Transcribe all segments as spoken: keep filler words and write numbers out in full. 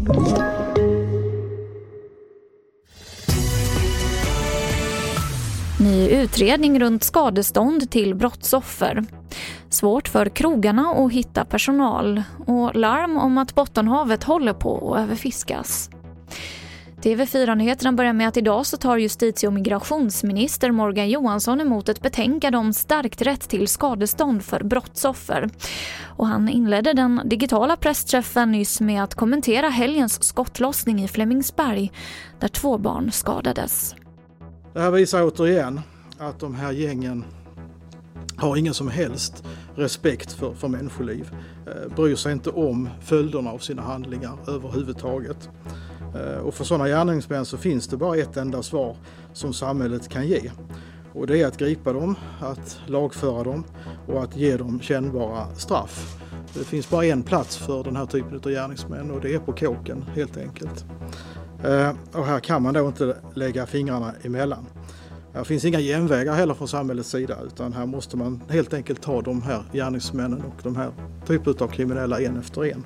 Ny utredning runt skadestånd till brottsoffer. Svårt för krogarna att hitta personal och larm om att Bottenhavet håller på att överfiskas. T V fyra-nyheterna börjar med att idag så tar justitie- och migrationsminister Morgan Johansson emot ett betänkande om stärkt rätt till skadestånd för brottsoffer. Och han inledde den digitala pressträffen nyss med att kommentera helgens skottlossning i Flemingsberg där två barn skadades. Det här visar återigen att de här gängen har ingen som helst respekt för, för människoliv. Eh, bryr sig inte om följderna av sina handlingar överhuvudtaget. Eh, och för sådana gärningsmän så finns det bara ett enda svar som samhället kan ge. Och det är att gripa dem, att lagföra dem och att ge dem kännbara straff. Det finns bara en plats för den här typen av gärningsmän och det är på kåken helt enkelt. Eh, och här kan man då inte lägga fingrarna emellan. Det finns inga genvägar heller från samhällets sida utan här måste man helt enkelt ta de här gärningsmännen och de här typen av kriminella en efter en.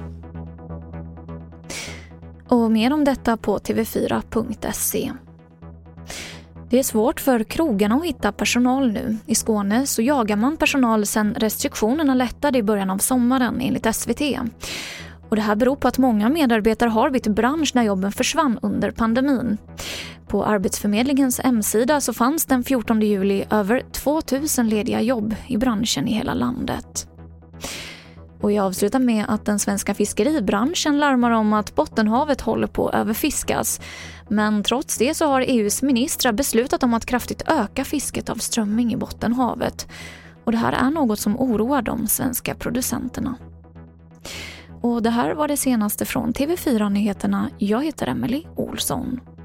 Och mer om detta på t v fyra punkt se. Det är svårt för krogarna att hitta personal nu. I Skåne så jagar man personal sedan restriktionerna lättade i början av sommaren enligt S V T. Och det här beror på att många medarbetare har bytt bransch när jobben försvann under pandemin. På Arbetsförmedlingens hemsida så fanns den fjortonde juli över tvåtusen lediga jobb i branschen i hela landet. Och jag avslutar med att den svenska fiskeribranschen larmar om att Bottenhavet håller på att överfiskas. Men trots det så har E U:s ministrar beslutat om att kraftigt öka fisket av strömming i Bottenhavet. Och det här är något som oroar de svenska producenterna. Och det här var det senaste från T V fyra-nyheterna. Jag heter Emily Olsson.